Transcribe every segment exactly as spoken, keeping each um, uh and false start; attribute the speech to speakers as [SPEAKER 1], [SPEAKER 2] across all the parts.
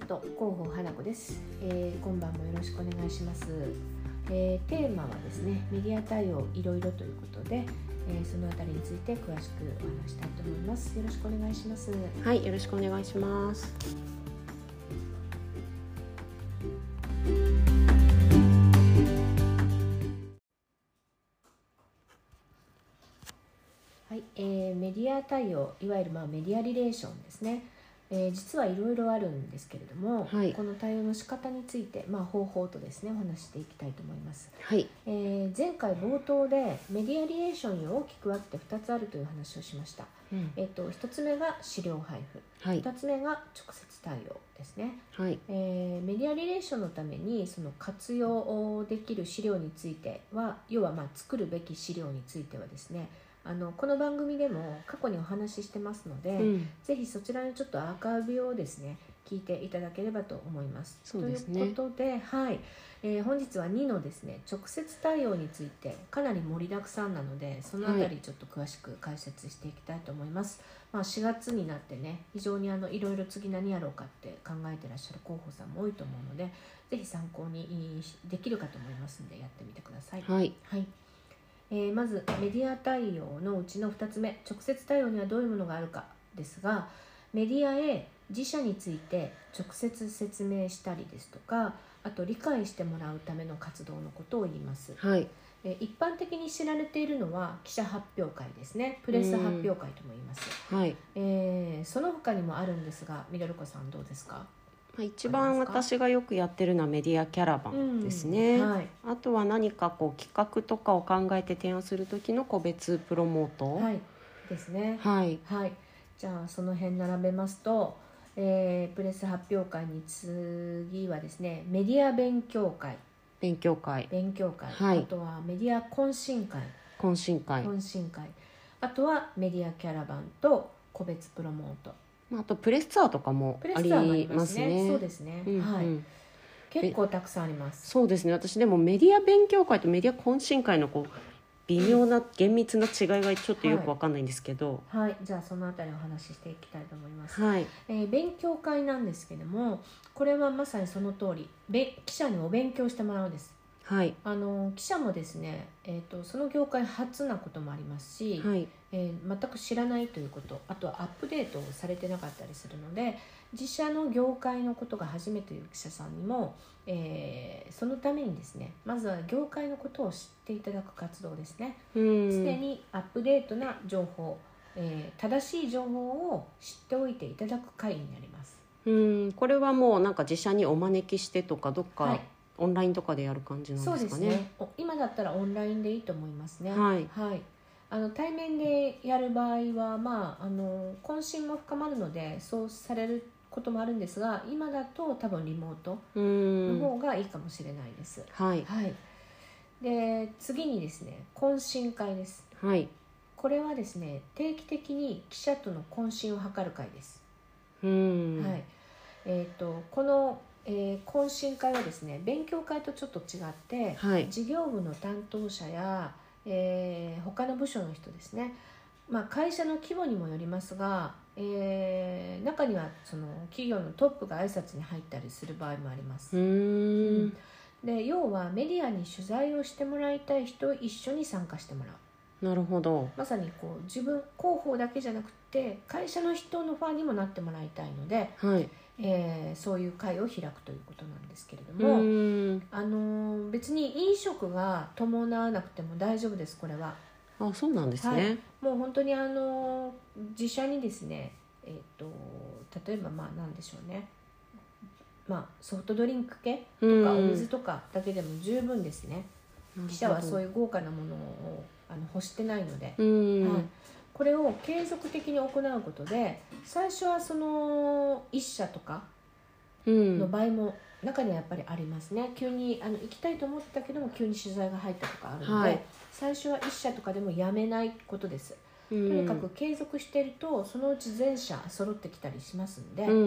[SPEAKER 1] ト広報花子です、えー、今晩もよろしくお願いします、えー、テーマはですねメディア対応いろいろということで、えー、そのあたりについて詳しくお話したいと思います。よろしくお願いします。
[SPEAKER 2] はい、よろしくお願いします。
[SPEAKER 1] はい、えー、メディア対応、いわゆるまあメディアリレーションですね。えー、実はいろいろあるんですけれども、
[SPEAKER 2] はい、
[SPEAKER 1] この対応の仕方について、まあ、方法とですねお話していきたいと思います。
[SPEAKER 2] はい、
[SPEAKER 1] えー、前回冒頭でメディアリレーションに大きく分けてふたつあるという話をしました。うんえー、とひとつめが資料配布、
[SPEAKER 2] はい、
[SPEAKER 1] ふたつめが直接対応ですね。
[SPEAKER 2] はい、
[SPEAKER 1] えー、メディアリレーションのためにその活用できる資料については、要はまあ作るべき資料についてはですね、あのこの番組でも過去にお話ししてますので、うん、ぜひそちらにちょっとアーカイブをですね聞いていただければと思います。
[SPEAKER 2] そうですね、
[SPEAKER 1] ということで、はいえー、本日はにのですね直接対応についてかなり盛りだくさんなので、そのあたりちょっと詳しく解説していきたいと思います。はいまあ、しがつになってね非常にあのいろいろ次何やろうかって考えてらっしゃる広報さんも多いと思うので、ぜひ参考にできるかと思いますのでやってみてください。
[SPEAKER 2] はい、
[SPEAKER 1] はいえー、まずメディア対応のうちのふたつめ、直接対応にはどういうものがあるかですが、メディアへ自社について直接説明したりですとか、あと理解してもらうための活動のことを言います。
[SPEAKER 2] はい
[SPEAKER 1] えー、一般的に知られているのは記者発表会ですね。プレス発表会とも言います。
[SPEAKER 2] はい
[SPEAKER 1] えー、その他にもあるんですが、ミドルコさんどうですか？
[SPEAKER 2] 一番私がよくやってるのはメディアキャラバンですね、
[SPEAKER 1] うんはい、
[SPEAKER 2] あとは何かこう企画とかを考えて提案する時の個別プロモート、
[SPEAKER 1] はい、ですね、
[SPEAKER 2] はい
[SPEAKER 1] はい、じゃあその辺並べますと、えー、プレス発表会に次はですねメディア勉強会
[SPEAKER 2] 勉強会
[SPEAKER 1] 勉強会、
[SPEAKER 2] はい、
[SPEAKER 1] あとはメディア懇親会
[SPEAKER 2] 懇親会
[SPEAKER 1] 懇親会あとはメディアキャラバンと個別プロモート、
[SPEAKER 2] あとプレスツアーとかもありますね。
[SPEAKER 1] そうですね、
[SPEAKER 2] うんうん、
[SPEAKER 1] はい、結構たくさんあります。
[SPEAKER 2] そうですね。私でもメディア勉強会とメディア懇親会のこう微妙な厳密な違いがちょっとよく分かんないんですけど、
[SPEAKER 1] はい、はい、じゃあそのあたりお話ししていきたいと思います。
[SPEAKER 2] はい
[SPEAKER 1] えー、勉強会なんですけども、これはまさにその通り記者にお勉強してもらうんです。
[SPEAKER 2] はい、
[SPEAKER 1] あの記者もですね、えーと、その業界初なこともありますし、
[SPEAKER 2] はい
[SPEAKER 1] えー、全く知らないということ、あとはアップデートをされてなかったりするので、自社の業界のことが初めている記者さんにも、えー、そのためにですねまずは業界のことを知っていただく活動ですね。常にアップデートな情報、えー、正しい情報を知っておいていただく会になります。
[SPEAKER 2] うんこれはもうなんか自社にお招きしてとかどっか、はいオンラインとかでやる感じなんですかね。
[SPEAKER 1] そうですね。今だったらオンラインでいいと思いますね。
[SPEAKER 2] はい。
[SPEAKER 1] はい。あの対面でやる場合は、まああの懇親も深まるのでそうされることもあるんですが、今だと多分リモートの方がいいかもしれないです。
[SPEAKER 2] はい。
[SPEAKER 1] はい。で次にですね懇親会です。
[SPEAKER 2] はい。
[SPEAKER 1] これはですね定期的に記者との懇親を図る会です。
[SPEAKER 2] うん。
[SPEAKER 1] はい。えっとこのえー、懇親会はですね勉強会とちょっと違って、
[SPEAKER 2] はい、
[SPEAKER 1] 事業部の担当者や、えー、他の部署の人ですね、まあ、会社の規模にもよりますが、えー、中にはその企業のトップが挨拶に入ったりする場合もあります。
[SPEAKER 2] うーん、うん、
[SPEAKER 1] で要はメディアに取材をしてもらいたい人を一緒に参加してもらう。
[SPEAKER 2] なるほど。
[SPEAKER 1] まさにこう自分広報だけじゃなくて会社の人のファンにもなってもらいたいので、
[SPEAKER 2] はい
[SPEAKER 1] えー、そういう会を開くということなんですけれども、あのー、別に飲食が伴わなくても大丈夫です。これは
[SPEAKER 2] あ、そうなんですね、
[SPEAKER 1] はい、もう本当にあのー、自社にですね、えー、と例えばまあ何でしょうね、まあ、ソフトドリンク系とかお水とかだけでも十分ですね。記者はそういう豪華なものをあの欲してないので、はい、これを継続的に行うことで最初はその一社とかの場合も中にはやっぱりありますね。急にあの行きたいと思ったけども急に取材が入ったとかあるので、はい、最初は一社とかでもやめないことです。とにかく継続しているとそのうち全社揃ってきたりしますので、うん、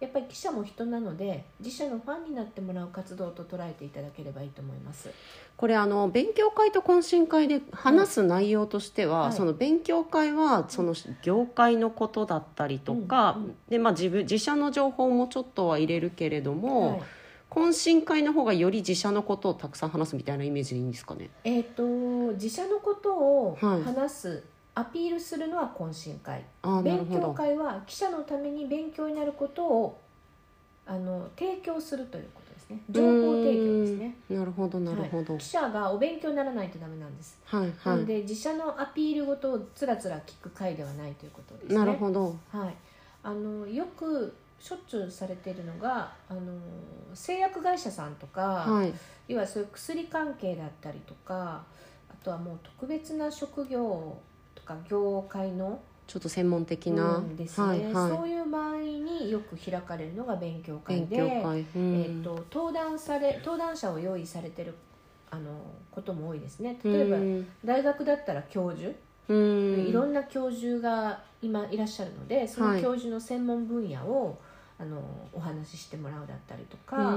[SPEAKER 1] やっぱり記者も人なので自社のファンになってもらう活動と捉えていただければいいと思います。
[SPEAKER 2] これあの勉強会と懇親会で話す内容としては、
[SPEAKER 1] はい、
[SPEAKER 2] その勉強会はその業界のことだったりとか、うんうん、でまあ、自分自社の情報もちょっとは入れるけれども、はい、懇親会の方がより自社のことをたくさん話すみたいなイメージでいいんですかね。
[SPEAKER 1] えーと、自社のことを話す、はい、アピールするのは懇親会、勉強会は記者のために勉強になることをあの提供するということですね。情報提供ですね。
[SPEAKER 2] なるほどなるほど、
[SPEAKER 1] はい、記者がお勉強にならないとダメなんです、
[SPEAKER 2] はいはい、
[SPEAKER 1] なので自社のアピールごとをつらつら聞く会ではないということですね。
[SPEAKER 2] なるほど、
[SPEAKER 1] はい、あのよくしょっちゅうされているのがあの製薬会社さんとか、はい、要はそういう薬関係だったりとか、あとはもう特別な職業とか業界の
[SPEAKER 2] ちょっと専門的な、
[SPEAKER 1] うんですね、はいはい、そういう場合によく開かれるのが勉強会で、勉強会、うん、えー、と登壇され登壇者を用意されているあのことも多いですね。例えば、うん、大学だったら教授、うん、いろんな教授が今いらっしゃるので、その教授の専門分野を、はい、あのお話ししてもらうだったりとか、うん、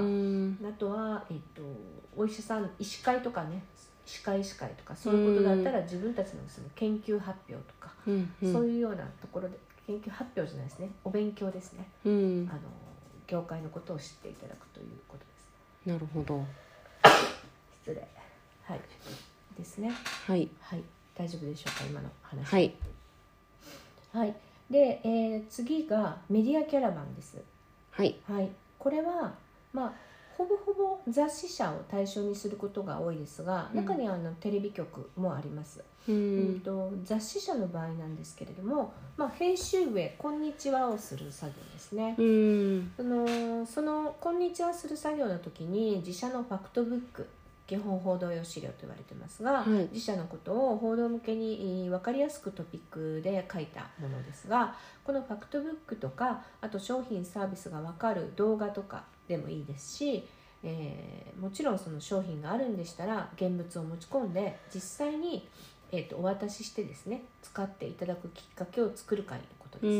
[SPEAKER 1] あとは、えー、とお医者さん医師会とかね、歯科医師会とかそういうことだったら自分たちのその研究発表とか、うんうん、そういうようなところで研究発表じゃないですね、お勉強ですね、うん、あの業界のことを知っていただくということです。
[SPEAKER 2] なるほど、
[SPEAKER 1] 失礼、はいですね、
[SPEAKER 2] はい、
[SPEAKER 1] はい、大丈夫でしょうか今の話。
[SPEAKER 2] はい、
[SPEAKER 1] はい、で、えー、次がメディアキャラバンです。
[SPEAKER 2] はい、
[SPEAKER 1] はい、これはまあほぼほぼ雑誌社を対象にすることが多いですが、中にはあのテレビ局もあります、うんうん、と雑誌社の場合なんですけれども、まあ、編集部へこんにちはをする作業ですね、うん、そのそのこんにちはする作業の時に自社のファクトブック、基本報道用資料と言われてますが、はい、自社のことを報道向けに分かりやすくトピックで書いたものですが、このファクトブックとか、あと商品サービスが分かる動画とかでもいいですし、えー、もちろんその商品があるんでしたら現物を持ち込んで実際に、えー、とお渡ししてですね、使っていただくきっかけを作る会のことです。うん、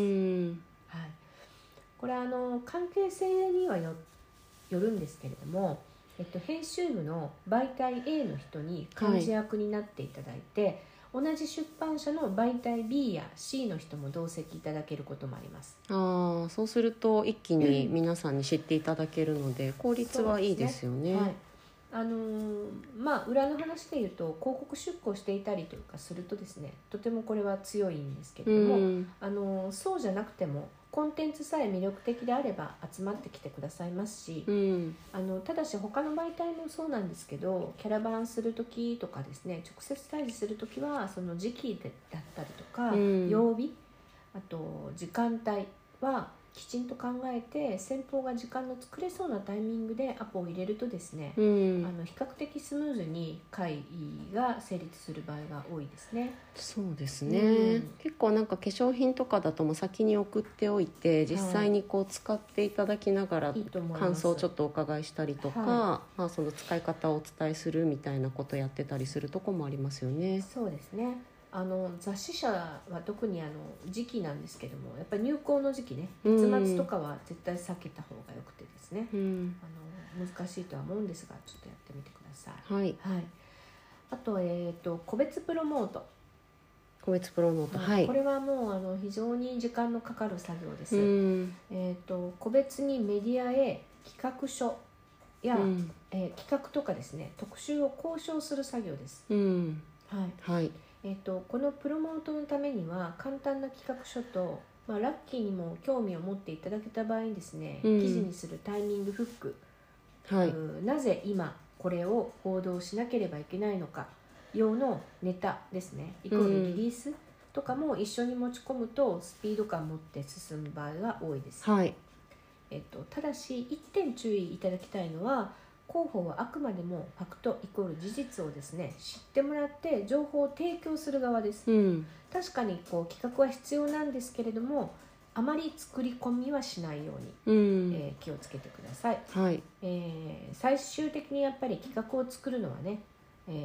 [SPEAKER 1] はい、これはあの関係性には よ, よるんですけれども、えっと、編集部の媒体 A の人に幹事役になっていただいて、はい、同じ出版社の媒体 B や C の人も同席いただけることもあります。
[SPEAKER 2] あ、そうすると一気に皆さんに知っていただけるので、うん、効率はいいですよね。はい、
[SPEAKER 1] あのー、まあ裏の話で言うと広告出稿していたりとかするとですね、とてもこれは強いんですけれども、うん、あのー、そうじゃなくてもコンテンツさえ魅力的であれば集まってきてくださいますし、うん、あのただし他の媒体もそうなんですけど、キャラバンするときとかですね、直接対峙するときはその時期でだったりとか、うん、曜日、あと時間帯はきちんと考えて、先方が時間の作れそうなタイミングでアポを入れるとですね、うん、あの比較的スムーズに会議が成立する場合が多いですね。
[SPEAKER 2] そうですね、うん、結構なんか化粧品とかだとも先に送っておいて、実際にこう使っていただきながら感想をちょっとお伺いしたりとか、はい、まあ、その使い方をお伝えするみたいなことやってたりするとこもありますよね。
[SPEAKER 1] そうですね、あの雑誌社は特にあの時期なんですけども、やっぱり入稿の時期ね、月末とかは絶対避けた方がよくてですね、うん、あの難しいとは思うんですが、ちょっとやってみてください。はい、はい、あと、えーと、個別プロモート。
[SPEAKER 2] 個別プロモート、はい、
[SPEAKER 1] これはもうあの非常に時間のかかる作業です。うん、えーと、個別にメディアへ企画書や、うん、えー、企画とかですね、特集を交渉する作業です。うん、はい、はい、えーと、このプロモートのためには簡単な企画書と、まあ、ラッキーにも興味を持っていただけた場合にですね、うん、記事にするタイミングフック、はい、なぜ今これを報道しなければいけないのか用のネタですね、イコールリリースとかも一緒に持ち込むとスピード感を持って進む場合が多いです。はい、えーと、ただしいってん注意いただきたいのは、広報はあくまでもファクトイコール事実をですね、知ってもらって情報を提供する側です。うん、確かにこう企画は必要なんですけれども、あまり作り込みはしないように、うん、えー、気をつけてください。はい、えー、最終的にやっぱり企画を作るのはね、えー、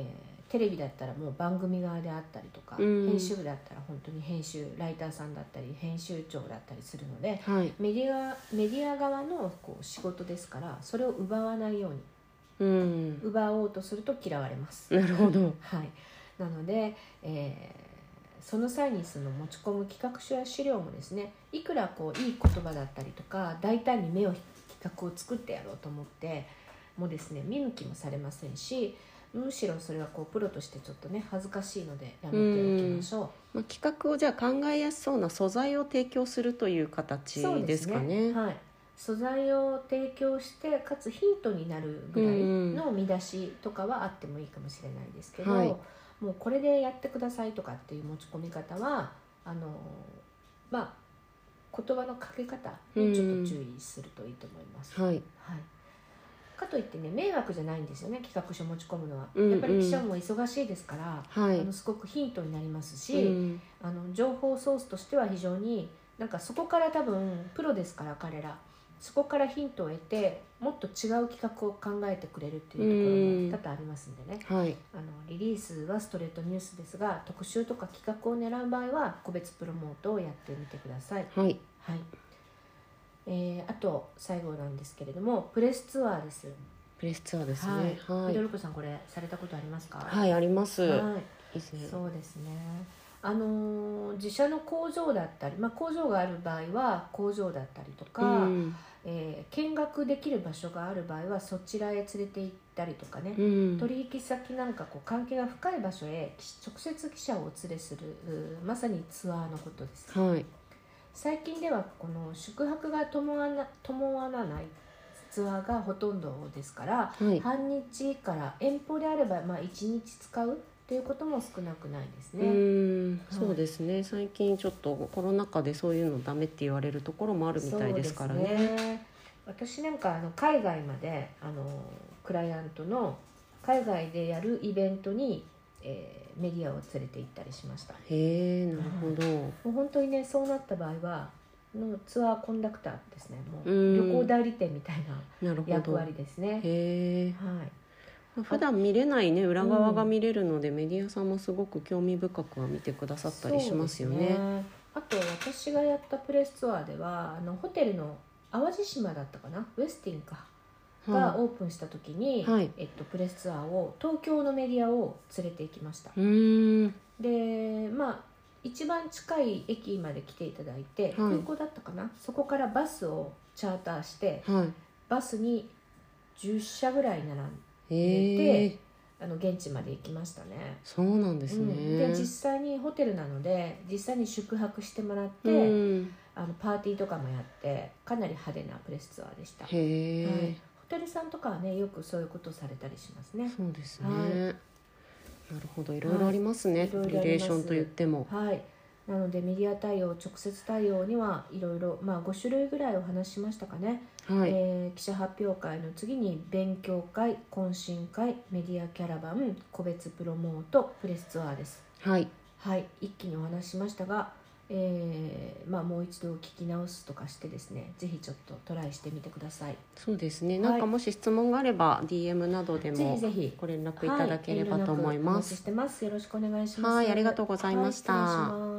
[SPEAKER 1] テレビだったらもう番組側であったりとか、うん、編集部だったら本当に編集ライターさんだったり編集長だったりするので、はい、メディアメディア側のこう仕事ですから、それを奪わないように、うん、奪おうとすると嫌われます。
[SPEAKER 2] なるほど、
[SPEAKER 1] はい、なので、えー、その際にその持ち込む企画書や資料もですね、いくらこういい言葉だったりとか大胆に目を企画を作ってやろうと思ってもですね、見向きもされませんし、むしろそれはこうプロとしてちょっとね恥ずかしいのでやめておきましょう。
[SPEAKER 2] まあ、企画をじゃあ考えやすそうな素材を提供するという形ですかね。そうですね、
[SPEAKER 1] はい、素材を提供してかつヒントになるぐらいの見出しとかはあってもいいかもしれないですけど、はい、もうこれでやってくださいとかっていう持ち込み方はあのまあ言葉のかけ方にちょっと注意するといいと思います。はい、はい、かといってね迷惑じゃないんですよね、企画書持ち込むのは、うんうん、やっぱり記者も忙しいですから、はい、あのすごくヒントになりますし、うん、あの情報ソースとしては非常になんかそこから多分プロですから彼らそこからヒントを得てもっと違う企画を考えてくれるっていうところも多々ありますんでね、はい、あのリリースはストレートニュースですが特集とか企画を狙う場合は個別プロモートをやってみてください。はい、はい、えー、あと最後なんですけれどもプレスツアーです。
[SPEAKER 2] プレスツアーですね。
[SPEAKER 1] はい。ミドルコさんこれされたことありますか？
[SPEAKER 2] はい、あります。は
[SPEAKER 1] い。そうですね。あの自社の工場だったり、まあ、工場がある場合は工場だったりとか、うん、えー、見学できる場所がある場合はそちらへ連れて行ったりとかね、うん、取引先なんかこう関係が深い場所へ直接記者をお連れするまさにツアーのことです。はい、最近ではこの宿泊が伴わな、伴わないツアーがほとんどですから、はい、半日から遠方であればまあいちにち使うということも少なくないですね。
[SPEAKER 2] うーん、そうですね、はい、最近ちょっとコロナ禍でそういうのダメって言われるところもあるみたいですからね。そうですね。
[SPEAKER 1] 私なんかあの海外まであのクライアントの海外でやるイベントに、えー、メディアを連れて行ったりしました。
[SPEAKER 2] へえ、なるほど、うん、
[SPEAKER 1] もう本当にねそうなった場合はのツアーコンダクターですね、もう旅行代理店みたいな役割ですね。へ
[SPEAKER 2] ー、はい、普段見れないね裏側が見れるので、うん、メディアさんもすごく興味深くは見てくださったりしますよ ね, ね。
[SPEAKER 1] あと私がやったプレスツアーではあのホテルの淡路島だったかな、ウェスティンかがオープンした時に、はい、えっと、プレスツアーを東京のメディアを連れて行きました。うーんでまあ一番近い駅まで来ていただいて、はい、空港だったかな、そこからバスをチャーターして、はい、バスにじゅっしゃぐらい並んでて、あの現地まで行きましたね。
[SPEAKER 2] そうなんですね、うん、
[SPEAKER 1] で実際にホテルなので実際に宿泊してもらって、うん、あのパーティーとかもやってかなり派手なプレスツアーでした。へー、はい、ホテルさんとかはねよくそういうことされたりしますね。
[SPEAKER 2] そうですね、はい、なるほど、いろいろありますね、はい、リレーションといっても。
[SPEAKER 1] はい、なのでメディア対応直接対応にはいろいろ、まあ、ご種類ぐらいお話ししましたかね。はい、えー、記者発表会の次に勉強会、懇親会、メディアキャラバン、個別プロモート、プレスツアーです。はい、はい、一気にお話ししましたが、えーまあ、もう一度聞き直すとかしてですね、ぜひちょっとトライしてみてください。
[SPEAKER 2] そうですね、なんかもし質問があれば ディーエム などでもぜひぜひご連絡いただければと思います。
[SPEAKER 1] お待ちしてます。よろしくお願いします。
[SPEAKER 2] はい、ありがとうございました。
[SPEAKER 1] はい、失礼します。